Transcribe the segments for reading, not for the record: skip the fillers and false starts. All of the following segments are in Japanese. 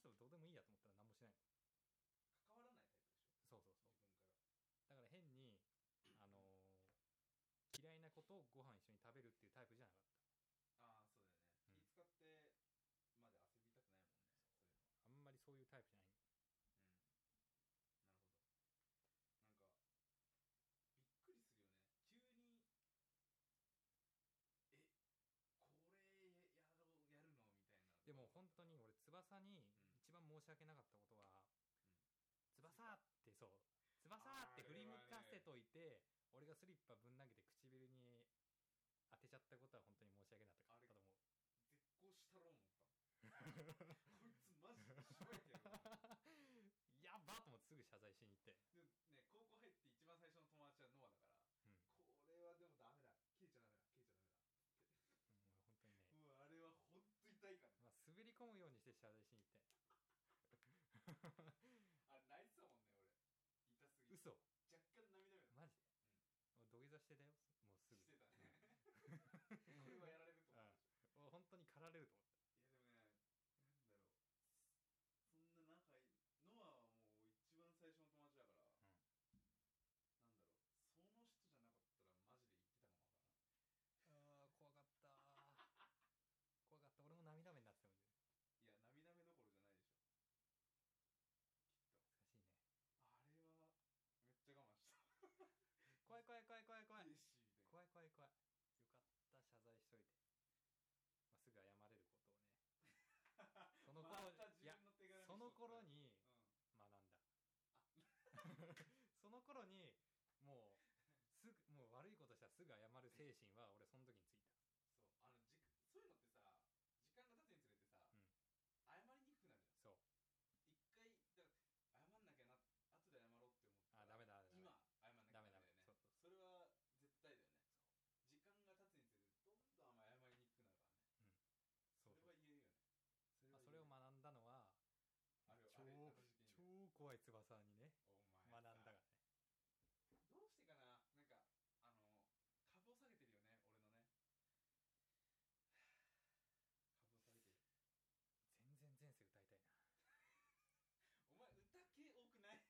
人どうでもいいやと思ったら何もしないの。 関わらないタイプでしょそうそうそう。 自分から。 だから変に嫌いなことをご飯一緒に食べるっていうタイプじゃなかった。 ああそうだよね、 うん気使ってまで遊びたくないもんね、そういうのは。 あんまりそういうタイプじゃない。 うん、なるほど。なんかびっくりするよね、急にこれやるのみたいな。 でも本当に俺翼に一番申し訳なかったことは、翼って翼って振り向かせといて、俺がスリッパぶん投げて唇に当てちゃったことは本当に申し訳なかったと思う。 絶交したろう思ったこいつマジでしばいてやるわやばっと思ってすぐ謝罪しに行って。 でもね、高校入って一番最初の友達はノアだから、これはでもダメだ、消えちゃダメだつって本当にね、 もうあれは本当痛いからね、 滑り込むようにして謝罪しに行ってあれ泣いてたもんね俺、痛すぎて。 嘘、 若干涙目だマジで、土下座してたよ、もうすぐしてたねこれはやられると思ったでしょ。 本当に駆られると思った。 いやでもね、なんだろう、そんな仲いいノアはもう一番最初の友達だから、なんだろう、その人じゃなかったらマジで言ってたかもわからん。 怖かった怖かった。俺も涙目になってたもんね。 いや涙目どころじゃないでしょきっと。 難しいね。 あれはめっちゃ我慢した怖い怖い怖い怖い怖い嬉しいみたいな。 怖い怖い怖い。よかった謝罪しといて、すぐ謝れることをねその頃、いやその頃に学んだその頃にもう悪いことしたらすぐ謝る精神は俺その時についた。 そうそういうのってさ、時間が経つにつれてさ、謝りにくくなるじゃん。 そう、 一回謝んなきゃな、後で謝ろうって思ったらダメだ今謝んなきゃダメだよね。それは絶対だよね。時間が経つにつれてどんどん謝りにくくなるからね。それは言えるよね。 それを学んだのは超怖い翼にね学んだからね。 どうしてかな、なんか株を下げてるよね俺のね株を下げてる。 全然前世歌いたいなお前歌系多くない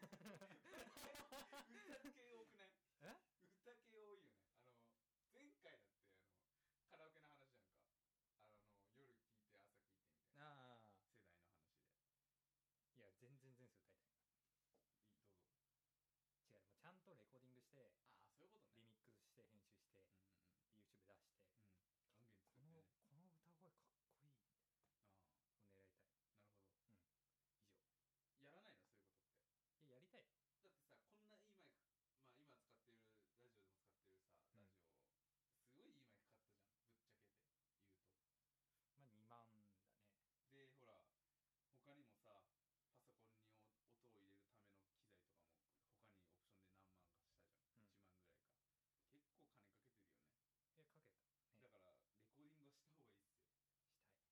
歌系多くない？歌系多いよね。前回だってカラオケの話じゃんか。夜聴いて朝聴いてみたいな世代の話で。 いや全然前世歌いたいな。いい、どうぞ。 違う、もうちゃんとレコーディングして、 そういうことね。 リミックスして編集して、YouTube 出して、 還元作ってね、 この歌声かっこいいみたいなを狙いたい。 なるほど。 以上。 やらないのそういうことって？ いや、やりたい。 だってさ、こんないいマイク、今使ってるラジオでも使ってるさ、ラジオすごいいいマイク買ったじゃん、ぶっちゃけて言うと。 2万だね。 でほら、他にもさ、パソコンに音を入れるための機材とかも他にオプションで何万かしたじゃん、1万ぐらいか。結構金かけてるよね。 かけた、ね、 だからレコーディングはした方がいいっすよ。 したい。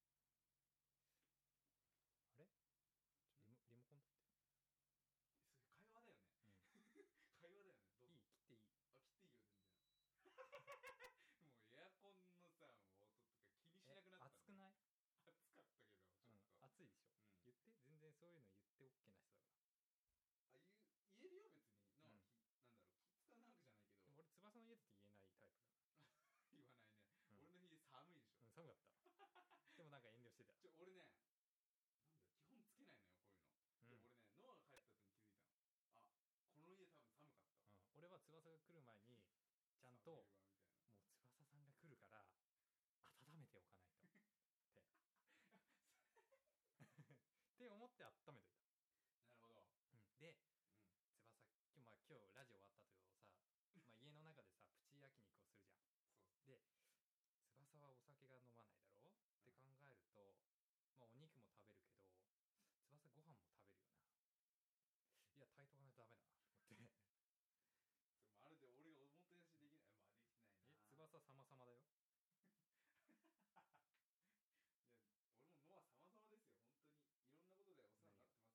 あれリモコン取って。 それ会話だよね、会話だよね。どうぞ。いい、 切っていい？ 切っていいよ全然もうエアコンのさ、もう音とか気にしなくなった。 暑くない？ 暑かったけどちょっと、 暑いでしょ、言って。全然そういうの言って OK な人だから。 言えるよ別に。なんだろう、気使うわけじゃないけど。 俺翼の家だって言えないタイプだから言わないね、俺の家寒いでしょ。 寒かったでもなんか遠慮してた。 俺ね、なんだろう、基本つけないのよこういうの。で俺ね、ノアが帰った後に気づいたの。この家多分寒かった。 俺は翼が来る前にちゃんともう翼さんが来るから温めておかないとってって思って温めといた。 なるほど。 で、翼今日ラジオ終わったけどさ、家の中でさプチ焼肉をするじゃん。で翼はお酒が飲まないだろうって考えると、お肉も食べるけど翼ご飯も食べるよな。いや、炊いとかないとダメだなと思ってあれで俺が思ったやしできない。できないな。 翼様々だよいや俺もノア様々ですよ本当に。いろんなことでお世話になってます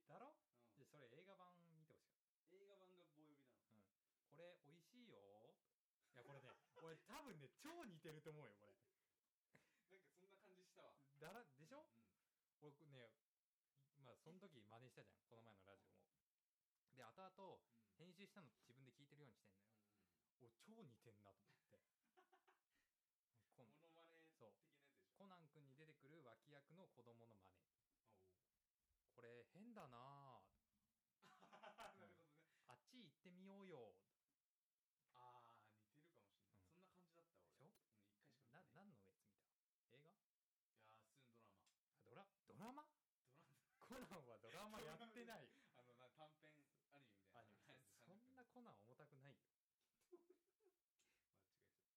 だろ、 うんでそれ映画版見てほしかっ映画版が棒呼びなの。 た。これ美味しいよ。いやこれね俺多分ね超似てると思うよこれ。 なんかそんな感じしたわ。 でしょ、 うん。 俺ねまあその時真似したじゃんこの前のラジオも。で後々 うん編集したの自分で聞いてるようにしてんのよ。お超似てんなと思ってモノマネ的なやつでしょ。 コナン君に出てくる脇役の子供の真似。 おお。 これ変だなぁ、 なるほどね。 あっち行ってみようよ。 ああ、似てるかもしれない。 うんそんな感じだった俺。 でしょ。 うん、一回しか見てない。 何のやつ見た？映画？ いやー、普通のドラマ。 あドラマ？ ドラマ。 コナンはドラマやってない。 短編アニメみたいな。 アニメそんなコナン重たくないよ。 間違えちゃった。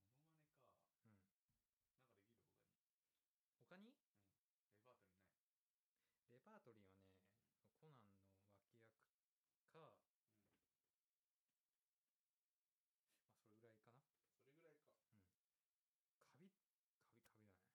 モノマネか。 うん。 なんかできる他に。 他に？ うん。レパートリーない。 レパートリーはね、コナンの脇役か、 うん。 まあそれぐらいかな。 それぐらいか。 うん。カビだね。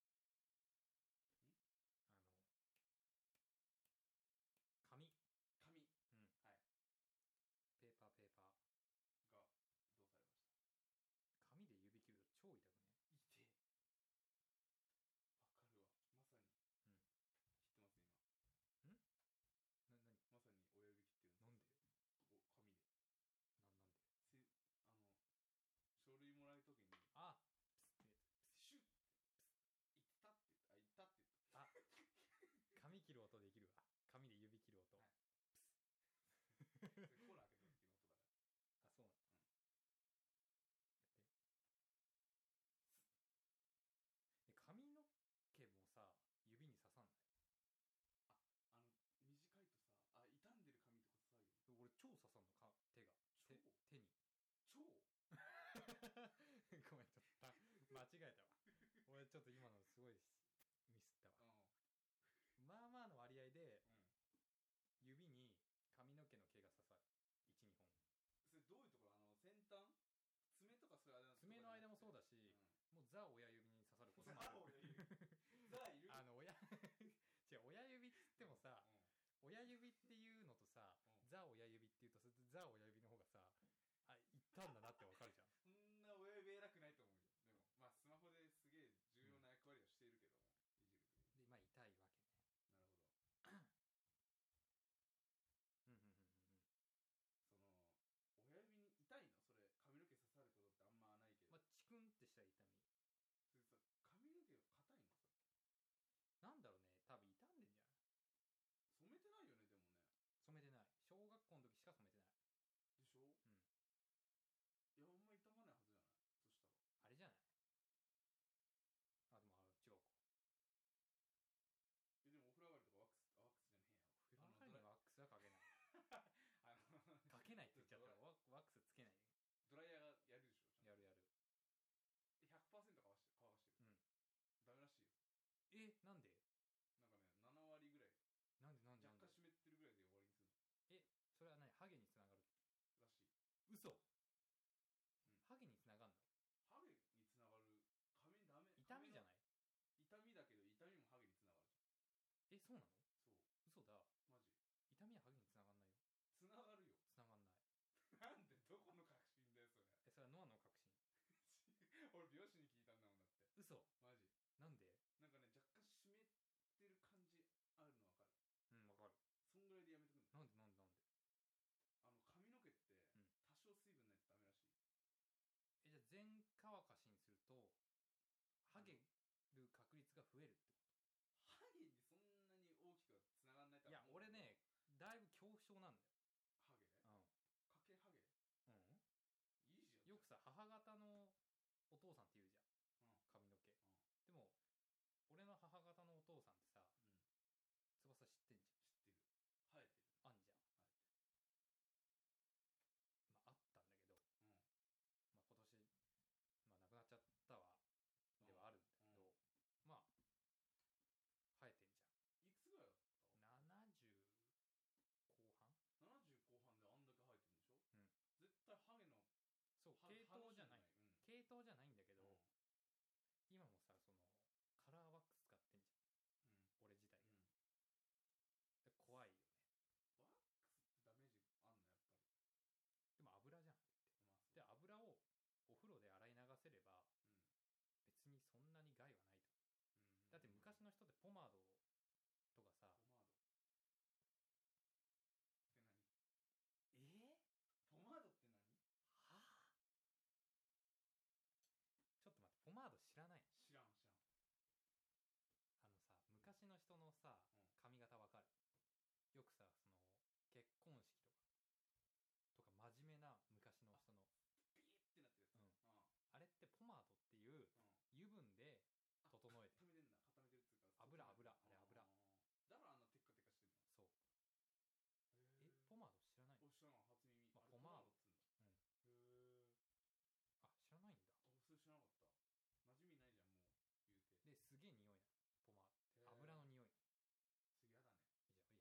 紙。うん。 はい。 ペーパー。 が、どうされました？ 紙で指切ると超痛くね？ 痛え。わかるわ。まさに。 うん。 切ってます今。 何？ まさに親指切ってるんです。 なんで？ 紙で。 なんで？ 書類もらうときに、 プスってやつ。 シュッって、いったって言った。いったって言った。 紙切る音できるわ。紙で指切る音。 はい、 プス。 それコーラ開けた時の音だから。 そうなの。 うん。 やって。髪の毛もさ、指に刺さんない？ 短いとさ、傷んでる髪とか刺さるよね。 俺超刺さんのか、手が。手に。 超ごめん、ちょっと間違えたわ。俺ちょっと今のすごいミスったわ。まあまあの割合で、指に髪の毛の毛が刺さる。1、2本。 それどういうところ？先端？爪とかそれ爪の間もそうだし、もうザ親指に刺さることもある。 ザいる？ 違う、親指っつってもさ、親指っていうのとさ、ザ親指っていうとザ親指の方がさ、いったんだなってわかるじゃん。 そんな親指偉くないと思うよ。でもまあスマホですげえ重要な役割をしているけども、いじるときでまあ痛いわけね。 なるほど。その親指に痛いの？それ髪の毛刺さることってあんまないけど。 チクンってしたら痛み。 それさ、髪の毛が硬いの？それなんだろうね、多分傷んでんじゃない？ 染めてないよね。でもね、 染めてない。小学校の時しか染めてないでしょ。いや、あんま傷まないはずじゃない？そしたらあれじゃない？でも違うか。 でもお風呂上がりとかワックスじゃねえや。 お風呂上がりにワックスはかけない。かけないって言っちゃったらワックスつけない。 ドライヤーやるでしょ？ やる。 100% 乾かしてる。ダメらしいよ。 なんで？ なんかね、7割ぐらい。 なんで若干湿ってるぐらいで終わりにするの。 それは何？ハゲにつながるらしい。 嘘。ハゲにつながるの？ ハゲにつながる。髪ダメ。 痛みじゃない？ 痛みだけど、痛みもハゲにつながるじゃん。そうなの？ そう。 嘘だ。 マジ。 痛みはハゲにつながんないよ。 つながるよ。 つながんない。 なんで？どこの確信だよそれ。 それはノアの確信。 俺美容師に聞いたんだもんだって。 嘘。 マジ。 なんで？ なんかね、若干湿ってる感じあるの分かる。 分かる。 そんぐらいでやめとくんだ。 なんで？ 髪の毛って多少水分ないとダメらしい。 じゃあ全乾かしにするとハゲる確率が増えるってこと？ ハゲにそんなに大きくはつながんないとは思う。いや俺ね、だいぶ恐怖症なんだよ。 ハゲ？かけハゲ？いいじゃん。 よくさ、母方のお父さんって言うじゃん、髪の毛。でも俺の母方のお父さんってさ、翼知ってんじゃん。 知ってる。生えてる。 あんじゃん。 生えてる。あったんだけど、今年亡くなっちゃったわではあるんだけど、生えてんじゃん。 いくつぐらいだった？ 70後半？ 70後半であんだけ生えてるんでしょ。絶対ハゲの系統じゃない、系統じゃないんだけど、今もさ、そのカラーワックス使ってんじゃん、俺自体が。 ポマードとかさ。 ポマードって何？ポマードって何？ はあ、ちょっと待って、ポマード知らない？ 知らん。 さ、昔の人のさ、髪型わかる？よくさ、その結婚式とか真面目な昔の人のピーってなってるやつ、 あれってポマードっていう油分で整えて固めてんだ。固めてるっつうか油あれ油だからあんなテッカテカしてんの。 そう。ポマード知らない？ 知らん。初耳。 ポマードっつうんだ。 へえ。 知らないんだ。 それ知らなかった。馴染みないじゃんもう言うて。 ですげえ匂いなのポマードって。油の匂い。 それやだね。 いや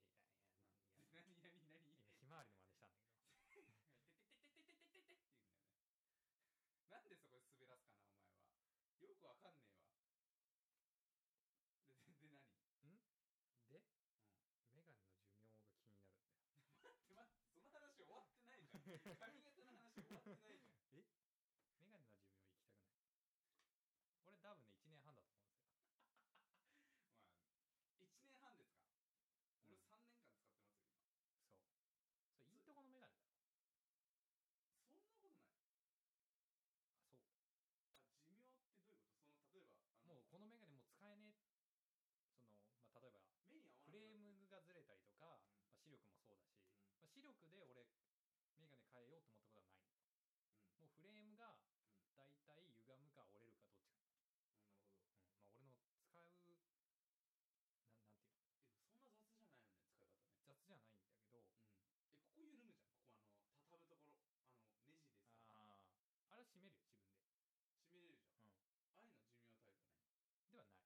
何ひまわりの真似したんだけどてててててててててって言うんだよね。なんでそこで滑らすかなお前は。よくわかんねえわ。で何で、メガネの寿命が気になるんだよ。 待ってその話終わってないじゃん。髪型の話終わってないじゃん。 メガネの寿命行きたくない？俺多分ね1年半だと思うんですよ。 まあ1年半ですか。俺3年間使ってますよ今。 それいいとこのメガネだろ。 そんなことない。 そう。 寿命ってどういうこと？その例えばもうこのメガネもう使えねえ、その例えば目に合わないフレームがずれたりとか、視力もそうだし、視力で俺メガネ変えようと思ったことはないんだよ。もうフレームがだいたい歪むか折れるかどっちかなるほど。 俺の使うなんていうの、そんな雑じゃないよね使い方ね。 雑じゃないんだけど、 ここ緩むじゃん。ここ畳むところネジでさ、 あれは閉めるよ自分で。 閉めれるじゃん。ああいうの寿命タイプはないではない。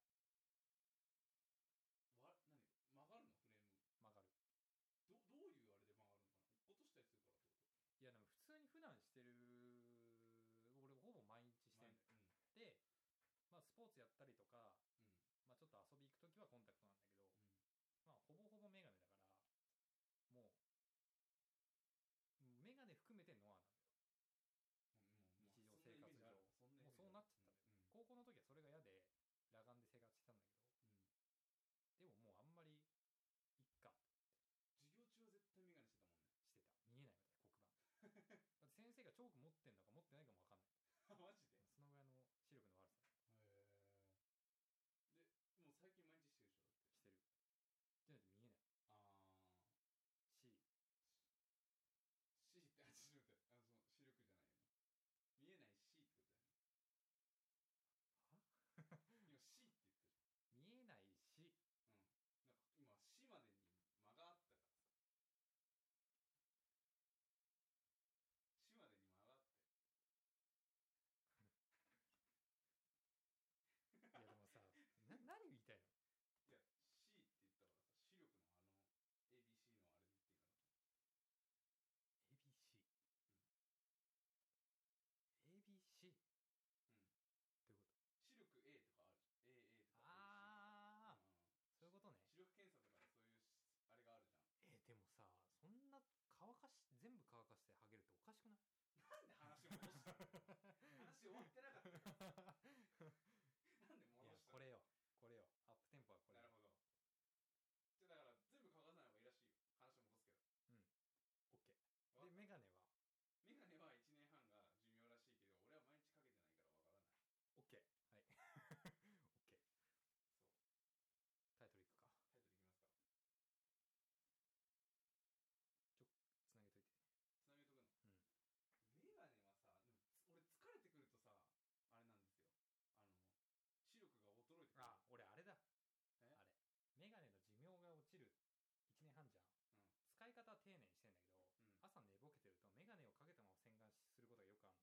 何曲がるの？フレーム曲がる。 どういうあれで曲がるのかな。落っことしたりするからってこと？ いやでも普通に普段してる、俺ほぼ毎日してるんだよ。で、スポーツやったりとか、ちょっと遊び行くときはコンタクトなんだけど、ほぼほぼメガネだから、もうメガネ含めてノアなんだよ。日常生活上もうそうなっちゃったんだよ。高校の時はそれが嫌で裸眼で生活してたんだけど、でももうあんまりいっかって思って。 授業中は絶対メガネしてたもんね。 してた。見えないみたい黒板だって先生がチョーク持ってんのか持ってないかも分かんないマジで？ そのぐらいの視力の悪さ。 へえ。でもう最近毎日してるでしょ。だってしてる。じゃないと見えない。C ってちょっと待って、その視力じゃないよね。見えない C ってことだよね。 は今 C って言ったじゃん。見えない C。 なんか今 C までに間があったからさ。C までに間があったよ。 いやでもさ、何言いたいの？ いや C って言ったからさ、視力のABC のあれで言っていいかなと思って。 ABC。ABC。どういうこと？ 視力 A とかあるじゃん。AA とか ABC とか。そういうことね。 視力検査とかでそういうあれがあるじゃん。 でもさ、そんな全部乾かしてハゲるっておかしくない？ なんで話戻したの？話終わってなかったなんで戻したの？ いやこれよアップテンポはこれ。 なるほど。じゃあだから全部乾かさない方がいいらしいよ。話を戻すけど。 OK。でメガネは 1年半が寿命らしいけど、俺は毎日かけてないからわからない。 OK。はいOK。 そう。 タイトルいくか。 タイトルいきますか。 つなげといて。 つなげとくの。メガネはさ、でも俺疲れてくるとさ、あれなんですよ。視力が衰えてくる。 俺あれだ。あれメガネの寿命が落ちる1年半じゃん。使い方は丁寧にしてんだけど、朝寝ぼけてるとメガネをかけたまま洗顔することがよくあるの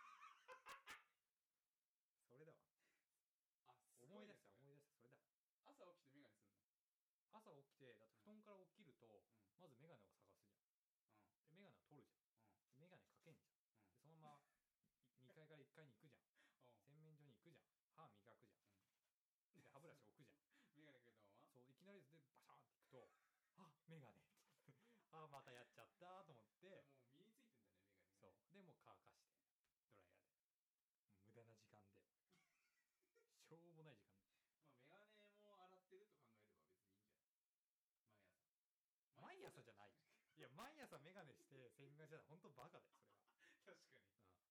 それだわ。思い出したそれだ。 朝起きてメガネするの？ 朝起きて、だって布団から起きると、まずメガネを探すじゃん。でメガネを取るじゃん。でメガネかけんじゃん。でそのまま2階から1階に行くじゃん。洗面所に行くじゃん。歯磨くじゃん。で歯ブラシ置くじゃん。 メガネかけたまま。 そういきなりでバシャーンっていくとメガネまたやっちゃったと思って。 もう身についてんだねメガネがね。 そうでもう乾かしてドライヤーで。無駄な時間でしょうもない時間で。 メガネも洗って毎朝眼鏡して洗顔したら本当バカだよそれは。 確かに、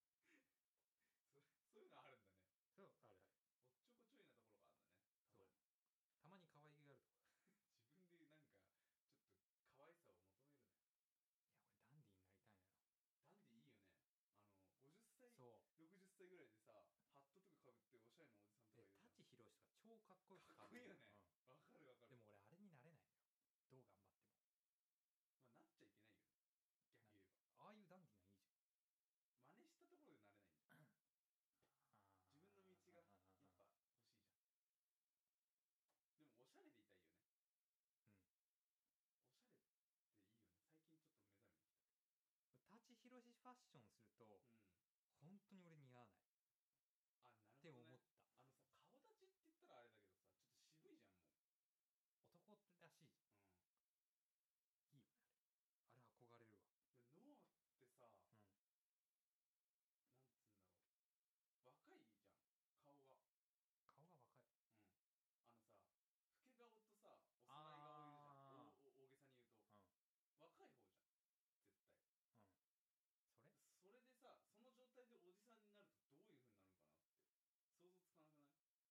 そういうのあるんだね。 そうあるある。 おっちょこちょいなところがあるんだね。 そうたまに可愛げがあるところ。 自分でなんかちょっと可愛さを求めるね。 いや俺ダンディーになりたいのよ。 ダンディいいよね。50歳そう 60歳ぐらいでさ、ハットとかかぶっておしゃれなおじさんとかいるじゃん。 舘ひろしとか超かっこよくかっこいいよね。わ、かるわかる。 でも俺あれになれないのよ、どう頑張っても。 まあなっちゃいけないよね、逆言えば。 ああいうダンディーがいいじ真似したところでなれないんだよ。自分の道がやっぱ欲しいじゃん。でもおしゃれでいたいよね。 うん。 おしゃれっていいよね。最近ちょっと目覚めてきた。 舘ひろしファッションすると、 うん、 本当に俺似合わない。 あ、なるほどね。 って思った。 さ、顔立ちって言ったらあれだけどさ、ちょっと渋いじゃん、もう。 男らしいじゃん。いいよねあれ憧れるわ。 ノアってさ、 うん、 なんつうんだろう、若いじゃん、顔が。 顔が若い。 うん。さ、老け顔とさ、幼い顔いるじゃん。大げさに言うと、若い方じゃん、絶対。それでさ、その状態でおじさんになるとどういう風になるんかなって想像つかなくない？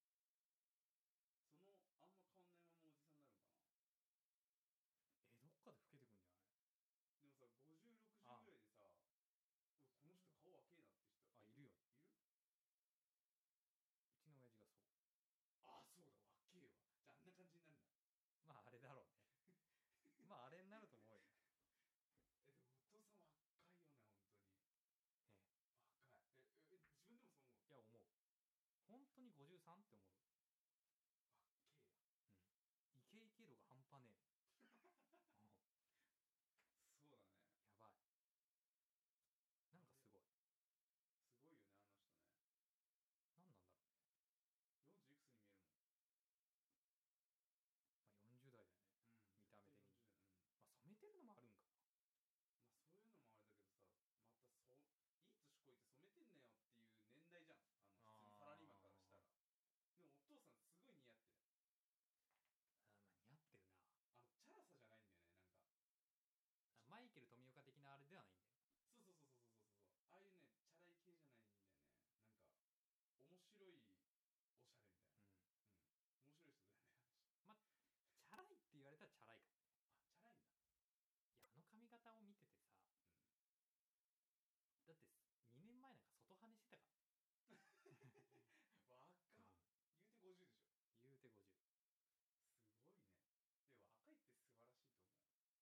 あんま変わんないままおじさんになるんかな。 どっかで老けてくんじゃない？ でもさ、50、60ぐらいでさ、この人顔若えなって人いるよ。 いる？ うちの親父がそう。 そうだ、若えわ。じゃああんな感じになるんだ。 まああれだろうね。まああれになると思うよ。 でもお父さん若いよね、本当に。 ね、 若い。自分でもそう思う？ いや思う。本当に53って思う。 若えわ。 イケイケ度が半端ねえ。 そうだね。 やばい。なんかすごい。 すごいよね、あの人ね。 何なんだろうね。40いくつに見えるもん。 まあ40代だよね。見た目的に。まあ染めてるのもあるんかな。まあそういうのもあれだけどさ、またいい年こいて染めてんなよっていう年代じゃん。普通にサラリーマンからしたら。でもお父さんすごい似合ってる。 まあ似合ってるな。 チャラさじゃないんだよね、なんか。 マイケル富岡的なあれではないんだよ。 そう。ああいうね、チャラい系じゃないんだよね。なんか面白いおしゃれみたいな。面白い人だよね、 まあチャラいって言われたらチャラいかもね。 チャラいんだ。 いや髪型を見ててさ、だって2年前なんか外跳ねしてたから。 若っ、言うて50でしょ。 言うて50。 すごいね。でも若いって素晴らしいと思う。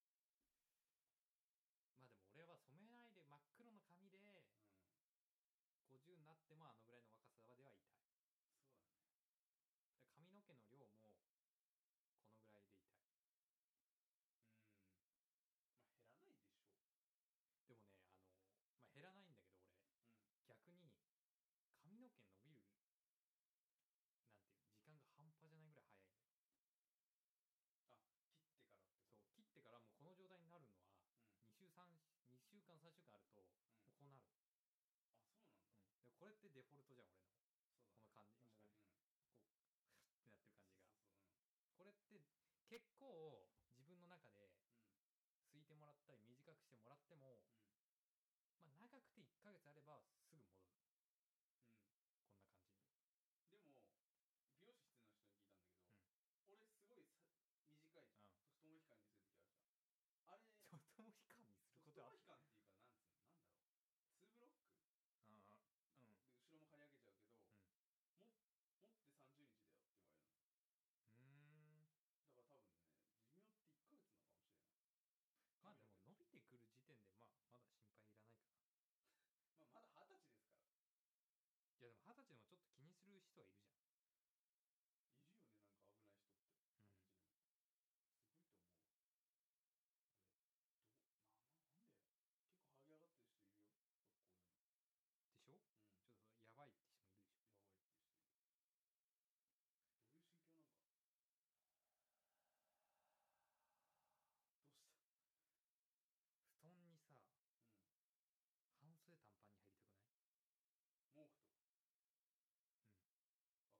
まあでも俺は染めないで真っ黒の髪で、50になってもあのぐらいの若さではいたい。 そうだね。 髪の毛の量もこのぐらいでいたい。 まあ減らないでしょう。 でもねまあ減らないんだけど俺、逆に髪の毛伸びるなんていう時間が半端じゃないぐらい早いのよ。 切ってからってこと？ そう、切ってからもうこの状態になるのは、2週間3週間あると、もうこうなる。 そうなんだ。 でこれってデフォルトじゃん俺の。 そうだね、 この感じ、もうこうフッってなってる感じが。これって結構自分の中で、すいてもらったり短くしてもらっても、まあ長くて1ヶ月あればすぐ戻る。こんな感じに。 でも美容師室の人に聞いたんだけど、俺すごい短いじゃん。ソフトモヒカンにするときあるじゃん。あれソフトモヒカンにすることはソフトモヒカンっていうかなんだろう、2ブロックで後ろも刈り上げちゃうけど、持って30日だよって言われるの。だから多分ね、寿命って1ヶ月なのかもしれない。 まあでも伸びてくる時点でまだ心配いらないかな。まだ20歳ですから。 いやでも20歳でもちょっと気にする人はいるじゃん。 いるよね、なんか危ない人って。20歳でもすごいと思うわ。あれなんで結構ハゲ上がってる人いるよ、速攻でも。 でしょ？ちょっとやばいって人もいるでしょ。 やばいって人いる。どういう心境なんかな。どうした？ 布団にさ、半袖短パンに入りたくない？ 毛布とか。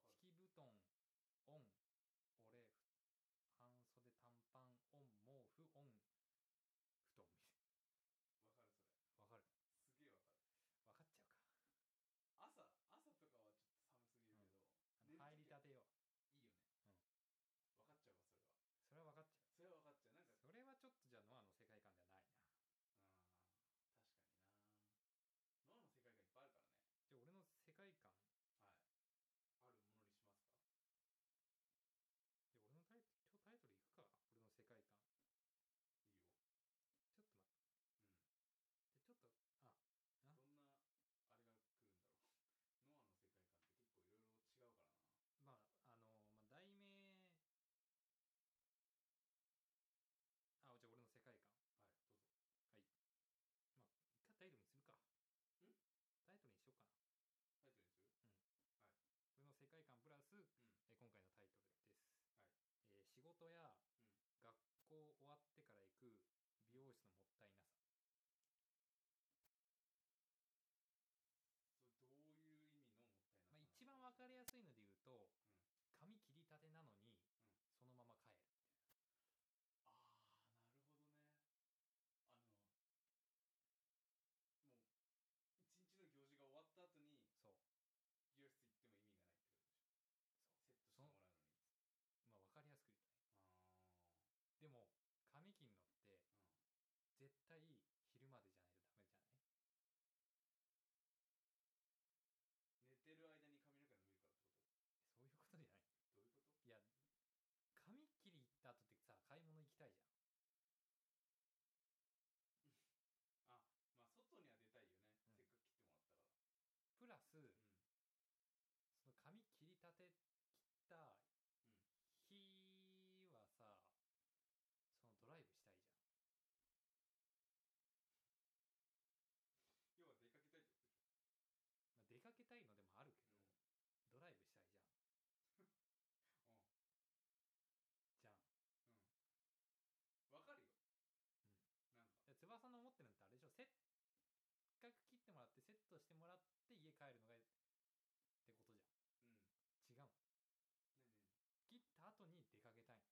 事やうん。 学校終わってから行く美容室のもったいなさ。 それどういう意味のもったいなさなのか。 一番わかりやすいので言うと、 うん。 髪切りたてなのにうん。 そのまま帰るみああ、なるほどね。もう一日の行事が終わった後にたいな。そう美容室行っても意味がないってことでしょ。 そうセットしてもらうのに。 分かりやすく言うとね。 あでも髪切るのってあ。うん。 絶対昼までじゃないとダメじゃない？ 寝てる間に髪の毛伸びるからってこと？ そういうことじゃない？ どういうこと？ いや、髪切り行った後ってさ、買い物行きたいじゃん。 あ、まあ外には出たいよね、 うんせっかく切ってもらったから。 プラス、 うん。 その髪切りたて切ったうん。 日はさ、そのドライブしたいじゃん。 要は出かけたいってことでし出かけたいのでもあるけど、 ょ。 ドライブしたいじゃん。 うん。 じゃん。 うん。わかるよ。 うん。 なんか。 翼の思ってるのってあれでしょ？せっかく切ってもらってセットしてもらって家帰るのがってことじゃん。 うん。 違うの？ ねえね切った後に出かけたい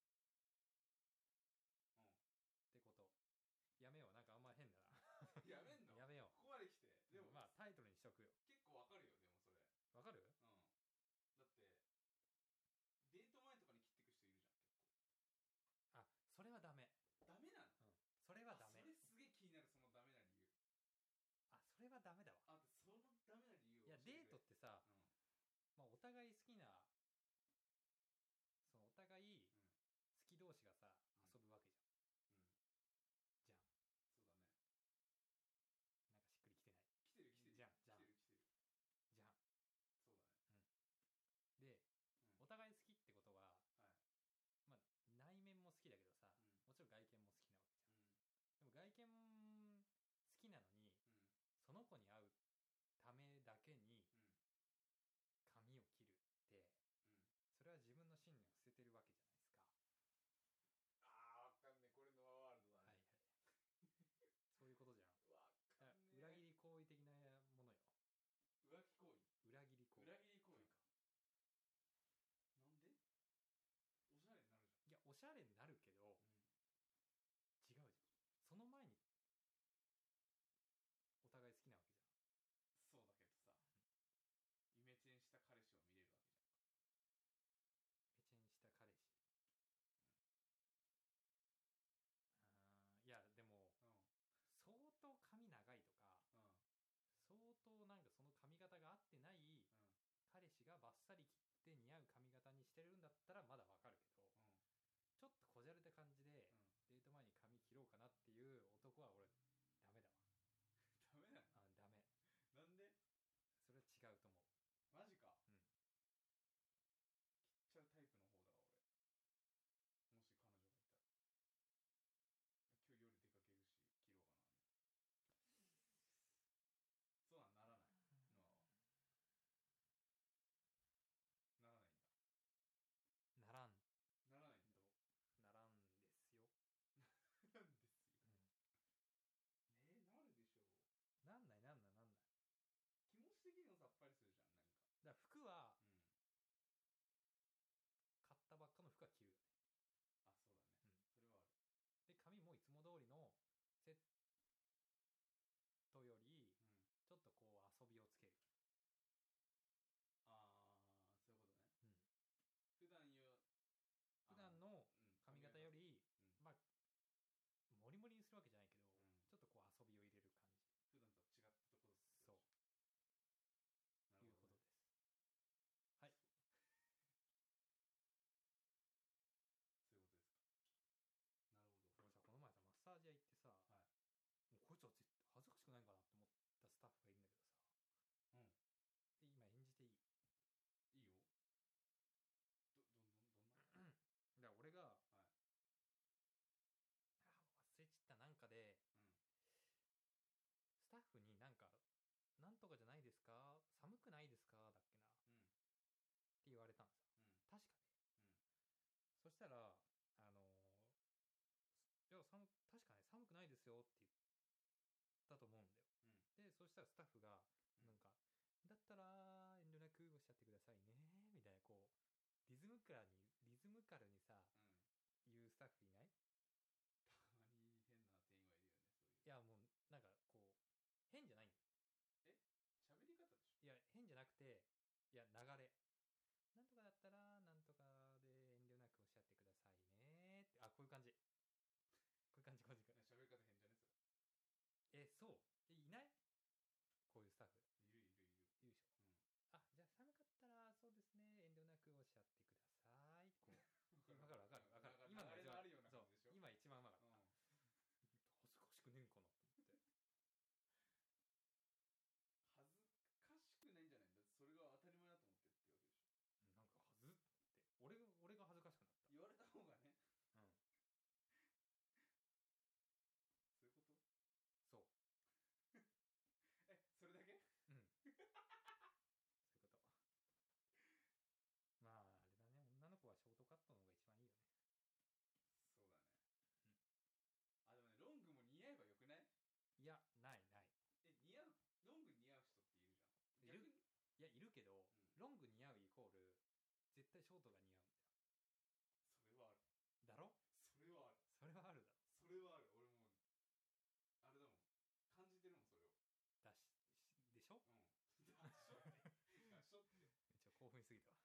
のっえ。 てこと。やめよう、なんかあんま変だな。 うん。やめんの？ やめよここまで来て。 う。 でも、 まあタイトルにしとくよ。 結構わかるよ、でもそれ。 わかる？ うん。だって、デート前とかに切っていく人いるじゃん、結構。 あ、それはダメ。 ダメなの？ うん。それはダメ。 それすげえ気になる、そのダメな理由。 あ、それはダメだわ。 あ、そのダメな理由をいや、 教えてくれ。 デートってさ、 うん。 お互い好きな、そのお互いうん。 好き同士がさ、 うん遊ぶわけじうん。 ゃん。じゃん。 そうだね。 なんかしっくりきてない。 来てる来てる。 じゃんじゃん来てる来てる。 じゃん。 そうだね。 で、 うん。 お互い好きってことは、 はい。 内面も好きだけどさ、 うん。 もちろん外見も好きなわけじゃん。 うん。 でも外見好きなのに、 うん。 その子に会うためだけにうん。 髪を切るって、 うん。 それは自分の信念を捨ててるわけじゃないですか。 あー、わかんねえ。これノアワールドだね。 はいはい。そういうことじゃん。 わかんねえ。 裏切り行為的なものよ。 浮気行為。 裏切り行為。 裏切り行為か。なんで？おしゃれになるじいや、おしゃれになるけど、 ゃん。うん。 違うじゃん。その前にお互い好きなわけじゃん。 そうだけどさ、イメチェンした彼氏を見れるわけじゃんか。 イメチェンした彼氏。いや、でも、 うん。 相当髪長いとか、 うん。 相当なんかその髪型が合ってないうん。 彼氏がバッサリ切って似合う髪型にしてるんだったらまだわかるけど、 うん。 ちょっとこじゃれた感じで、 うん。 デート前に髪切ろうかなっていう男は俺ダメだわ。 ダメなの？ ダメ。 なんで？ それは違うと思マジか。 う。うん。 切っちゃうタイプの方だわ、俺。もし彼女がいたら。今日夜出かけるし、切ろうかな、みたいな。そうなんならないのは。ならないんだ。 ならんならないんだ。 どならんですよ。 なんですよ。 うん。 なるでしょう。 なんないなんないなんない。 気持ち的にもさっぱりするじゃん、なんか。 だから服はうん。 買ったばっかの服は着るよね。 あ、そうだね。 うん。 それはある。 で髪もいつも通りのセットよりうん。 ちょっとこう遊びをつける。 あー、そういうことね。 うん。 普段言う、 普段のうん、 髪型より、 うん、 モリモリにするわけじゃないけど、 うん、 ちょっとこう遊びを入れる感じ。 普段とは違ったところってことでしょ。 そう、 なるほど、ね、 いうことです。はい。 そういうことですか。なるほど。 俺さ、この前さ、マッサージ屋行ってさ、 はもうこいつは絶対恥ずかしくないんかなって思ったスタッフがいるんだけどさ、 い。うん。 で今演じていい？ いいよ。どんなだから俺が、 はい。 忘れちったなんかで、 うん。 スタッフになんか、なんとかじゃないですか、寒くないですかだっけなっうん。 て言われたんですよ。 うん。 確かね。 うん。 そしたら、 タッフがなんか、だったら遠慮なくおっしゃってくださいねみたいな、こうリズムカルにさ、言うスタッフいない？ たまに変な店員はいるよね、そういう。 いやもうなんかこう変じゃないんだよ。 喋り方でしょ。 いや変じゃなくて、いや流れ、なんとかだったらなんとかで遠慮なくおっしゃってくださいねって、こういう感じ、こういう感じ、こういう感じ。 喋り方変じゃねそそう、いない？こういうスタッフれ。いるいるいる。 いるでしょ。じゃあ寒かったらそうですね、遠慮なくおっしゃってください。こうわかるわかるわかる。今の一番、そう今一番うまかった。恥ずかしくねえんかなと思って。 恥ずかしくないんじゃないんだって、それが当たり前だと思ってるってわけでしょ。 なんかはずって俺が恥ずかしくなった。 言われた方がね。そういうこと？ そうそれだけ？ そういうこと。まああれだね、女の子はショートカットの方が一番いいよね。 そうだね。でもね、ロングも似合えばよくない？ いやない似合う、ロング似合う人っているじゃん。 いる。いやいるけど、ロング似合うイコール絶対ショートが似合うんだよ。 それはあるだろ。 それはある。 それはあるだろ。 それはある。俺もあれだもん、感じてるもんそれを。 でしょ。 でしょってちょ興奮しすぎたわ。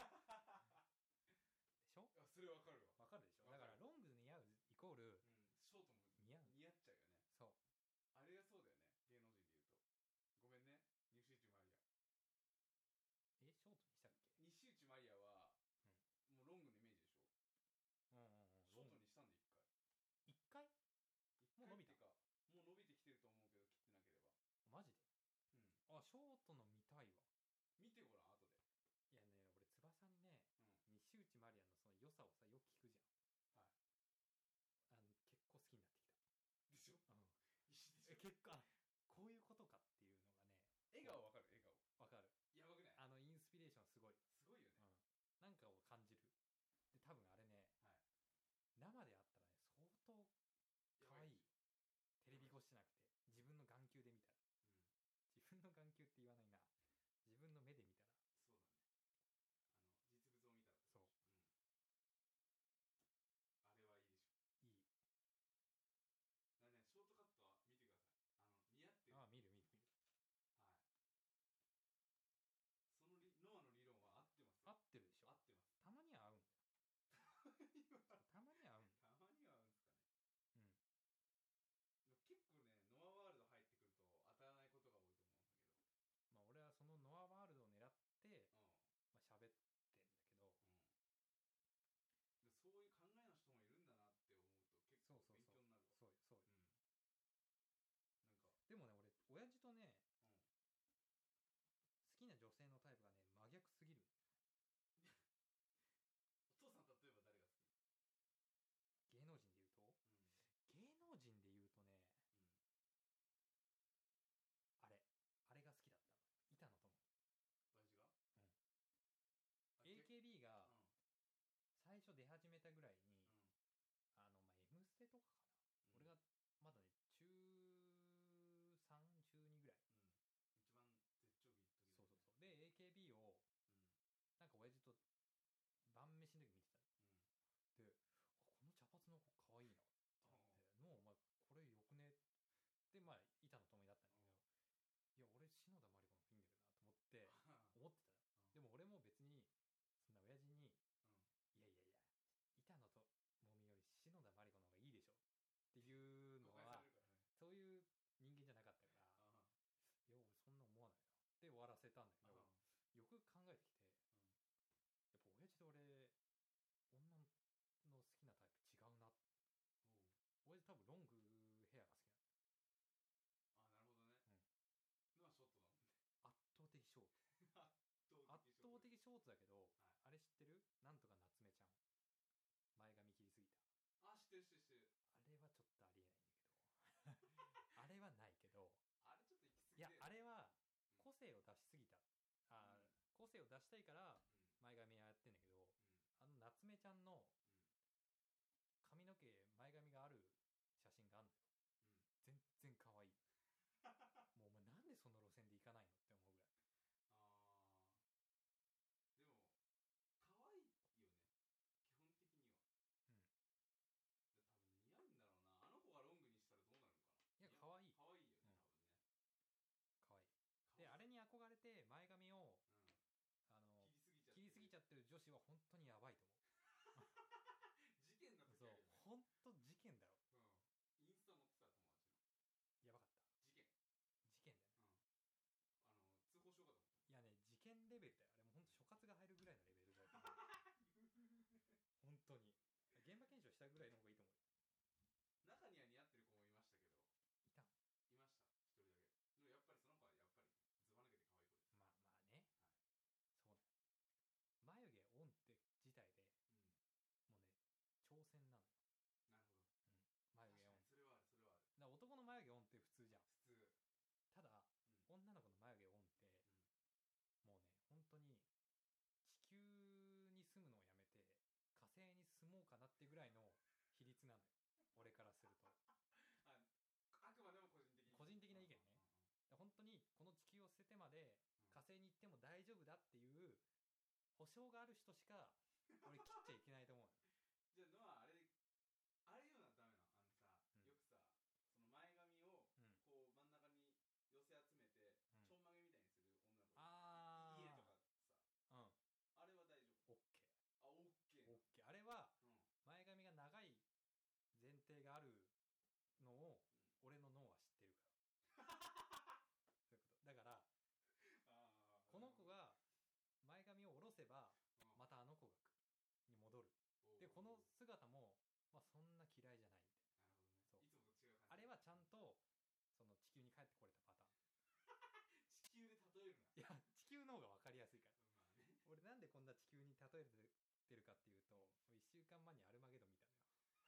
でしょ。 それわかるわ。 わかるでしょ。だからロング似合うイコール、 ショートも似合っちゃうよね。 そう。 あれがそうだよね、芸能人で言うと。ごめんね、西内まりや。 ショートにしたっけ？ 西内まりやは、もうロングのイメージでしょ。ショートにしたんで一回もう伸びたか。もう伸びてきてると思うけど、切ってなければ。 マジで？ショートの見たいわ。 見てごらん後で。 いやね、俺翼にね、西内まりやのその良さをさよく聞くじゃん。結構好きになってきたでしょ。 結構こういうことかっていうのがね。 笑顔わかる？笑顔わかる。 やばくない？ インスピレーションすごい。 すごいよね。 なんかを感じる。で多分あれね、生であったらね相当可愛い。テレビ越しじゃなくて自分の眼球で見たら、自分の眼球って言わないな、自分の目で見たら。 そうだね、実物を見たら。 そう、 あれはいいでしょ。いいだね。ショートカットは見てください。似合ってる。 見る。 そのノアの理論は合ってますよ。 合ってるでしょ。 合ってます。 たまには合うんだよ。たまには合うんだよ。 たまには合うんすかね。結構ね、ノアワールド入ってくると当たらないことが多いと思うんだけど、 俺はそのノアワールドを狙って喋ってんだけど、 そういう考えの人もいるんだなって思うと結構勉強になるわ。 そうよ。 なんかでもね、俺親父とね、好きな女性のタイプがね真逆すぎるんだよね。 お父さん例えば誰が好き？ 芸能人で言うと、芸能人で言うとね、あれが好きだったのよ、板野友美。 親父が AKB が最初出始めたぐらいに、M ステとかかな、俺がまだね中3中2ぐらい、 一番絶頂期の時だよね。 そうで AKB をなんか親父と晩飯の時見てたの、でこの茶髪の子かわいいなってなって、お前これよくねって板野友美だったんだけど、いや俺篠田麻里子の方がいいんだけどなと思って思ってたの。でも俺も別にそんな親父に、いや板野友美より篠田麻里子の方がいいでしょっていうのは、そういう人間じゃなかったから、いや俺そんな思わないなって終わらせたんだけど、よく考えてきて、やっぱ親父と俺女の好きなタイプ違うな。親父多分ロングヘアが好きなの。なるほどね。のはショートだもんね。 圧倒的ショート。圧倒的ショートだけど、あれ知ってる？なんとか夏目ちゃん、前髪切りすぎた。 知ってる。 あれはちょっとありえないんだけどあれはないけど、 あれちょっと行き過ぎて、 いやあれは個性を出しすぎた。個性を出したいから前髪やってんだけど、夏目ちゃんの髪の毛前髪がある写真があるんだよ、全然可愛いもうお前なんでそのて前髪を切りすぎちゃってる女子は本当にやばいと思う。 事件の時そうあるよね。 本当事件だろ。 インスタ載ってた友達の。 やばかった。 事件だよね。 通報しようかと思った。 いやね、事件レベルだよ。あれもう本当所轄が入るぐらいのレベルだよ。本当に現場検証したぐらいの方がいいと思うよ。 中には似合ってる子もいましたけど。いました、一人だけ。でもやっぱりその子はやっぱりずば抜けて可愛い子です。 まあね、 はい、 そうだよ。眉毛オンって自体で、もうね挑戦なのよ。 なるほど、 眉毛オン。 それはある。だから男の眉毛オンって普通じゃん。 普通。 ただ、女の子の眉毛オンって、もうね本当に地球に住むのをやめて火星に住もうかなってぐらいの比率なのよ。俺からすると。 あくまでも個人的な意見ね。本当にこの地球を捨ててまで火星に行っても大丈夫だっていう保証がある人しか俺切っちゃいけないと思うの。 じゃあのはあれ言うのはダメなの。さ、よくさその前髪をこう真ん中に寄せ集めて、ちょんまげみたいにする女の子、家とかさ、あれは大丈夫？ OK。 あれは前髪が長い前提があるのを俺の脳は知ってるから。そういうことだから。この子が前髪を下ろせばまたあの子に戻る。でこの姿もまあそんな嫌いじゃないみたいな。 なるほどね。そういつもと違う感じ。 あれはちゃんとその地球に帰ってこれたパターン。 地球で例えるな。 いや地球の方が分かりやすいから。 まあね、 俺なんでこんな地球に例えてるかっていうと、1週間前にアルマゲドン見たのよ。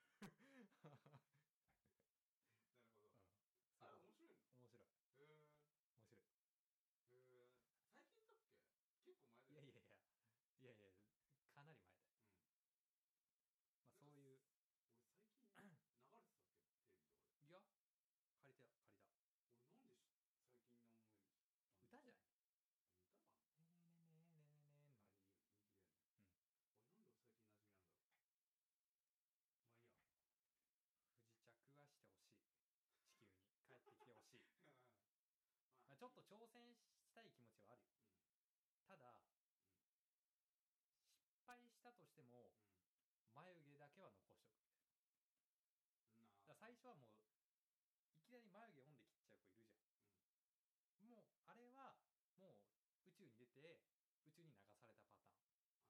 なるほど。あれ面白いの？ 面白い。面白い。 最近だっけ？結構前だよ。 いやかなり前だよ。まあそういう。 俺最近流れてたっけテレビとかで。 いや借りた。 俺なんで最近の思い知ったんだ。 歌じゃない？ 歌かな。 ねねあれ人気だよね。俺なんで最近馴染みなんだろう。まあいいや。 不時着はしてほしい。地球に帰ってきてほしい。まあちょっと挑戦したい気持ちはあるよ。ただ、失敗したとしても、眉毛だけは残しておくみたいな。だから最初はもういきなり眉毛オンで切っちゃう子いるじゃん。もうあれはもう宇宙に出て宇宙に流されたパターン。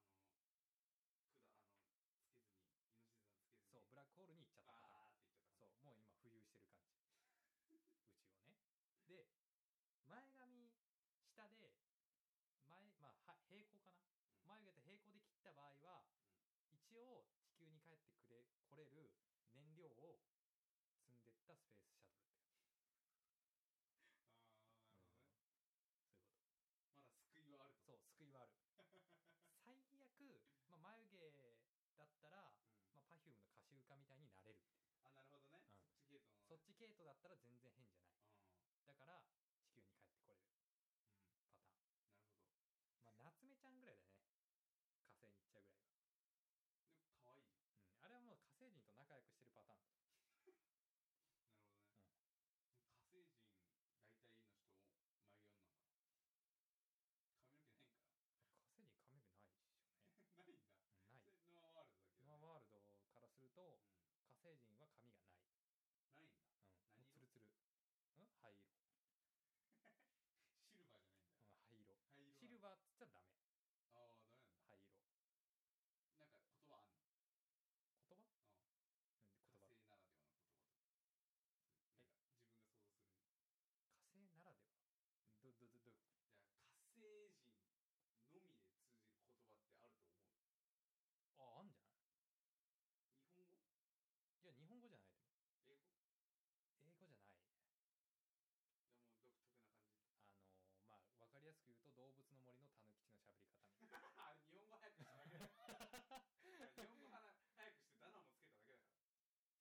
つけずに命綱つけずに。 そうブラックホールに行っちゃったパターン。 っていっちゃった。 そうもう今浮遊してる感じ。宇宙をね。で前髪下で平行かな、眉毛と平行で切った場合は、一応地球に帰ってこれる燃料を積んでったスペースシャトルって感じ。 なるほどね。 そういうこと。 まだ救いはあると。 そう救いはある。最悪、眉毛だったら、Perfume の歌集家みたいになれるみたいな。 なるほどね。 そっち系統だったら全然変じゃない。だから地球に帰ってこれるパターン。 なるほど。 夏目ちゃんぐらいだね。火星に行っちゃうぐらいは。 でも可愛いじゃん。あれはもう火星人と仲良くしてるパターンだと。 なるほどね。火星人大体の人も眉毛女なんかな。髪の毛ないんかな。 火星人髪の毛ないっしょね。 ないんだ。 ない。 ノアワールドだけど。 ノアワールドからすると、火星人は髪がない。 ないんだ。 もうツルツル。灰色。 シルバーじゃないんだ。 灰色。シルバーっつっちゃダメ。 ダメなんだ。 灰色。 なんか言葉あんの？ 言葉？ 火星ならではの言葉とか。なんか自分が想像するに。 火星ならでは？どういうこと？ じゃあ火星人のみで通じる言葉ってあると思う？ あんじゃない？ 日本語？ いや日本語じゃないと思う。 英語じゃないね。 でも独特な感じ。 分かりやすく言うと動物の森のタヌキチの喋り方みたいな。 あれ日本語早くしただけだよ。日本語早くしてダナもつけただけだから。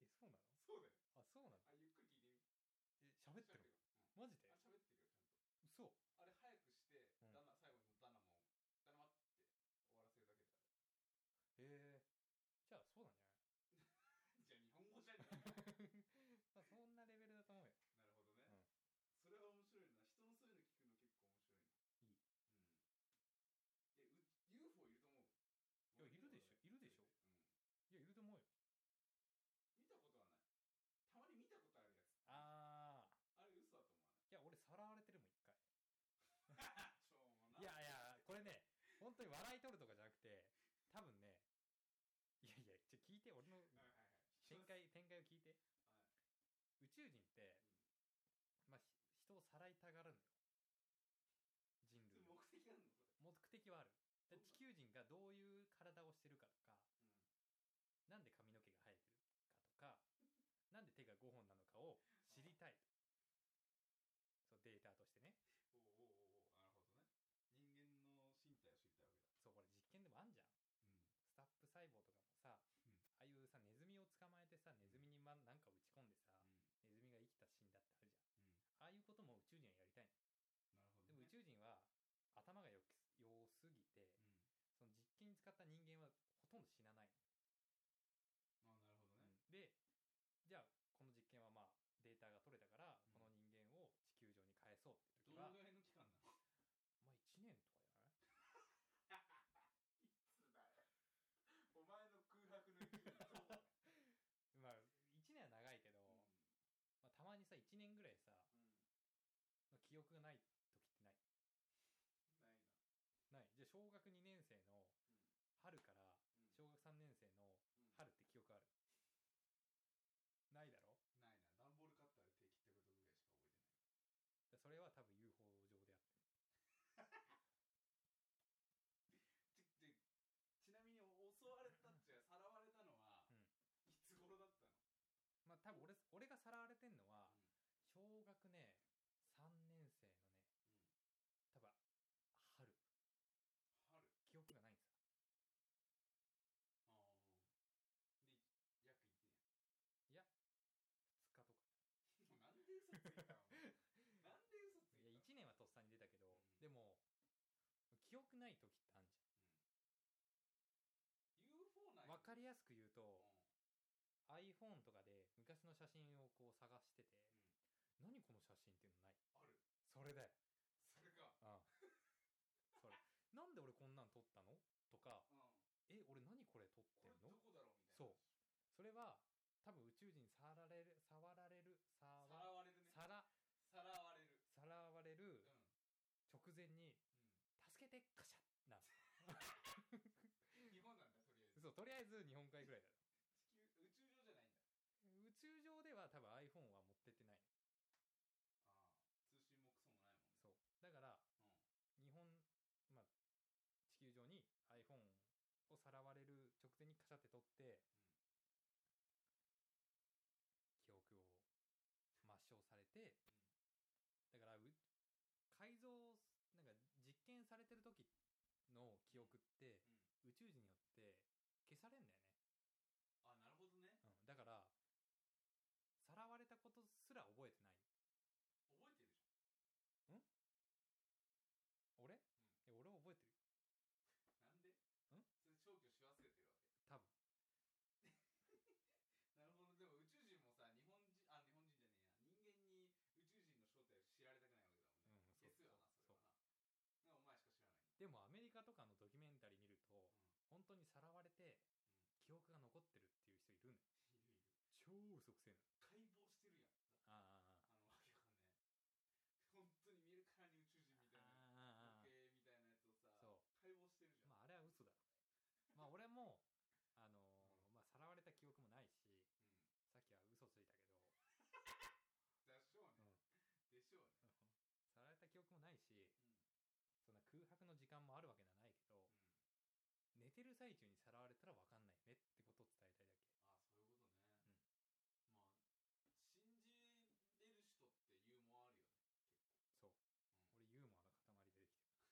そうなの？ そうだよ。 そうなんだ。 ゆっくり聞いてみ。 喋ってる？マジで？ 喋ってるよちゃんと。 嘘。 あれ早くして、最後のダナもダナマって終わらせるだけであれ。 じゃあそうなんじゃない？ じゃあ日本語じゃねえか。そんなレベルだと思うよ。 なるほどね。それは面白いな。人のそういうの聞くの結構面白いな。 いい。 笑い取るとかじゃなくて、多分ね、いやいや、聞いて、俺の展開を聞いて。宇宙人って、まあ、人をさらいたがるんだよ。人類。 目的あるのそれ。 目的はある。地球人がどういう体をしてるかとか、なんで髪の毛が生えてるかとか、なんで手が5本なのかを知りたいと。そう、データとしてね。 おおおお、なるほどね。人間の身体を知りたいわけだ。 そう、これ実験でもあんじゃん。スタップ細胞とかもさ、ああいうさ、ネズミを捕まえてさ、ネズミになんか打ち込んでさ、ネズミが生きた死んだってあるじゃん。ああいうことも宇宙人はやりたいの。 なるほど、 でも宇宙人は頭が良すぎて、その実験に使った人間はほとんど死なないの。なるほどね。 で、じゃあこの実験はまあデータが取れたから、この人間を地球上に返そうって時は、 どのぐらいの期間なの？ まあ1年とかじゃない？ いつだよ。お前の空白の1年どう？ まあ1年は長いけど、まあ、たまにさ1年ぐらいさ、記憶がない時ってない？ ないな。ない。じゃあ小学2年生の春から小学3年生の春って記憶ある？ないだろ？ ないな。段ボールカッターで手切ったことぐらいしか覚えてない。 それは多分 UFO 上であってね。 ちなみに襲われたっちゃさらわれたのは、いつ頃だったの？ まあ多分俺がさらわれてんのは、小学ね3年生のね、多分春記憶がないんさ。 で約1年。 いや2日とかじゃなんで嘘ついたの？なんで嘘ついたの？ いや1年はとっさに出たけど、でも記憶ない時ってあんじゃん。 UFO ない？ 分かりやすく言うと、iPhone とかで昔の写真をこう探してて、何この写真っていうのない？ ある。 それだよ。 それか。 それなんで俺こんなん撮ったのとか、俺何これ撮ってんの？ これどこだろうみたいな。 そう、それは多分宇宙人さらわれる直前に、助けてカシャッなん日本なんだとりあえず。 そう、とりあえず日本海ぐらいだ。 宇宙上じゃないんだ。 宇宙上では多分 iPhone は持ってってないの。通信もクソもないもんね。 そうだから、日本、まあ地球上に iPhone をさらわれる直前にカシャって撮って、記憶を抹消されて、だから改造なんか実験されてる時の記憶って、宇宙人によって消されんだよね。 なるほどね。 だからさらわれたことすら覚えてない。 覚えてるじゃん。俺は覚えてるよ。 なんで？それ消去し忘れてるわけ？ 多分。 なるほど。でも宇宙人もさ、日本人じゃねえや、人間に宇宙人の正体を知られたくないわけだもんね。ですよな、それはな。お前しか知らないんだ。 でもアメリカとかのドキュメンタリー見ると、本当にさらわれて、記憶が残ってるっていう人いるね。 いる。 超嘘くせえの。 解剖してるやん。わけわかんねえ。本当に見るからに宇宙人みたいな模型みたいなやつをさ、解剖してるじゃん。 まああれは嘘だろうね。まあ俺もまあさらわれた記憶もないし、さっきは嘘ついたけどでしょうね。でしょうね。 さらわれた記憶もないし、そんな空白の時間もあるわけじゃないけど、寝てる最中にさらわれたら分かんないねってことを伝えたいだけ。 そういうことね。まあ信じれる人ってユーモアあるよね、結構。 そう、俺ユーモアの塊でできてる。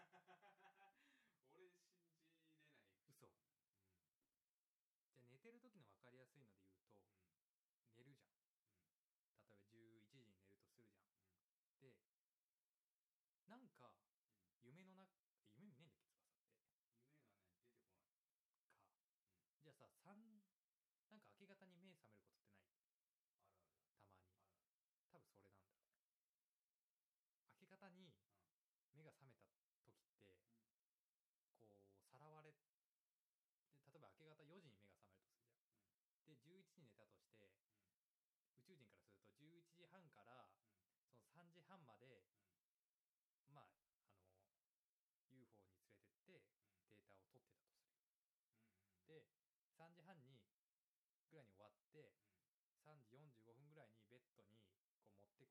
俺信じれない。 嘘。じゃあ寝てる時の分かりやすいので言うと、寝るじゃん。例えば11時に寝るとするじゃん。でなんか夢見ないんだっけ、翼って。 夢がね出てこないか。じゃあさ、なんか明け方に目覚めることってない？ ある。 たまに。多分それなんだろうね。明け方に目が覚めた時って、こうさらわれで、例えば明け方4時に目が覚めるとするじゃん。で11時に寝たとして、宇宙人からすると11時半から、その3時半まで、まあUFO に連れてって、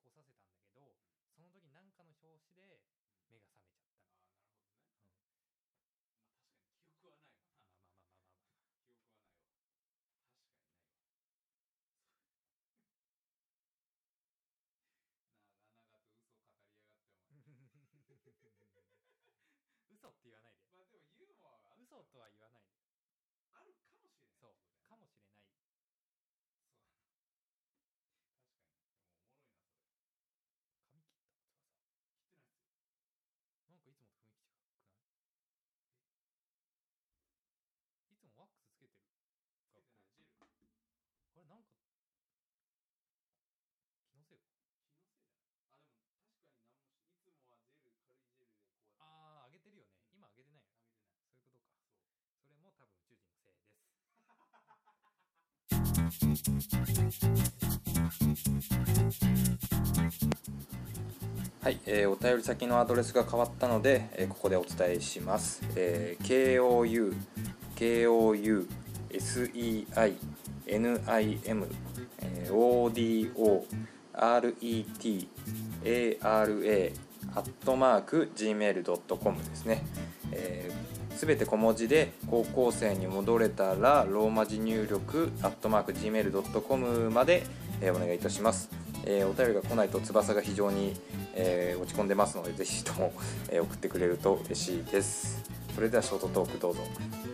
功させたんだけど、その時なんかの拍子で目が覚めちゃったの。 ああ、なるほどね。まあ確かに記憶はないわな。記憶はないわ。確かにないわ。長々と嘘語りやがってお前。 嘘って言わないで。 まあでもユーモアは嘘とは言わないで。 あるかもしれないってそうことやな。 かもしれない。 そうだな。確かに。でもおもろいなそれ。 髪切った翼。 切ってないっすよ。 なんかいつもと雰囲気違くない？いつもワックスつけてる。 つけてない。ジェル。 あれなんか気のせいか。 気のせいじゃない。あ、でも確かに何もいつもはジェル、軽いジェルでこうやって。 ああ、上げてるよね。今上げてないよね。 上げてない。 そういうことか。 そう。 それも多分宇宙人のせいです。 はい、お便り先のアドレスが変わったので、ここでお伝えします。KOUSEINIMODORETARA@gmail.com ですね。すべて小文字で高校生に戻れたらローマ字入力@gmail.com まで、お願いいたします。お便りが来ないと翼が非常に、落ち込んでますのでぜひとも、送ってくれると嬉しいです。それではショートトークどうぞ。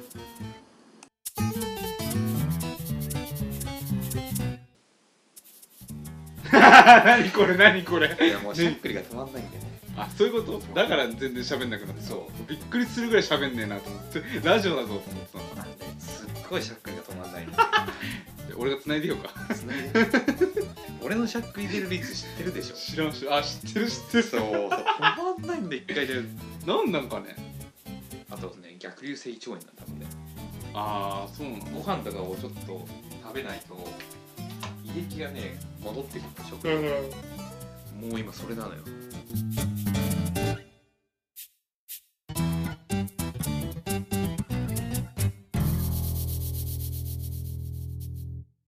何これ何これ。 いやもうしっくりが止まんないんでね。 あ、そういうこと。だから全然喋んなくなって。そうびっくりするぐらい喋んねえなと思ってラジオだぞと思ってたの。 すっごいしゃっくりが止まんないんで俺が繋いでようか。 俺のしゃっくり出る率知ってるでしょ。 知らんし。あ、知ってるそう止まんないんで一回で。 なんかね。 あとね逆流性胃腸炎なんだもんね。 ああ、そうなの。 ご飯とかをちょっと食べないと胃液がね戻ってくる食料。もう今それなのよ。